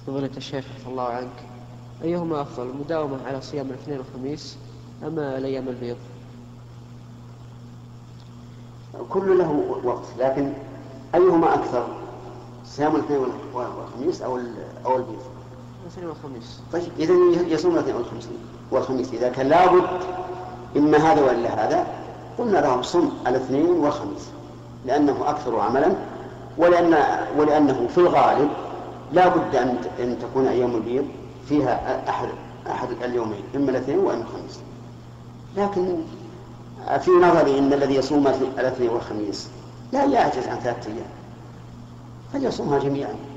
فضيلة الشيخ عفى الله عنك، أيهما أفضل، المداومة على صيام الاثنين والخميس أم الأيام البيض؟ كل له وقت، لكن أيهما أكثر، صيام الاثنين والخميس أو البيض؟ الاثنين والخميس. طيب إذن يصوم الاثنين والخميس إذا كان لابد إما هذا وإلا هذا، قلنا له صم الاثنين والخميس لأنه أكثر عملا، ولأنه في الغالب لا بد أن تكون أيام البيض فيها أحد اليومين، إما الاثنين وإما الخميس. لكن في نظري إن الذي يصوم الاثنين والخميس لا يعجز عن 3 أيام، فليصومها جميعا.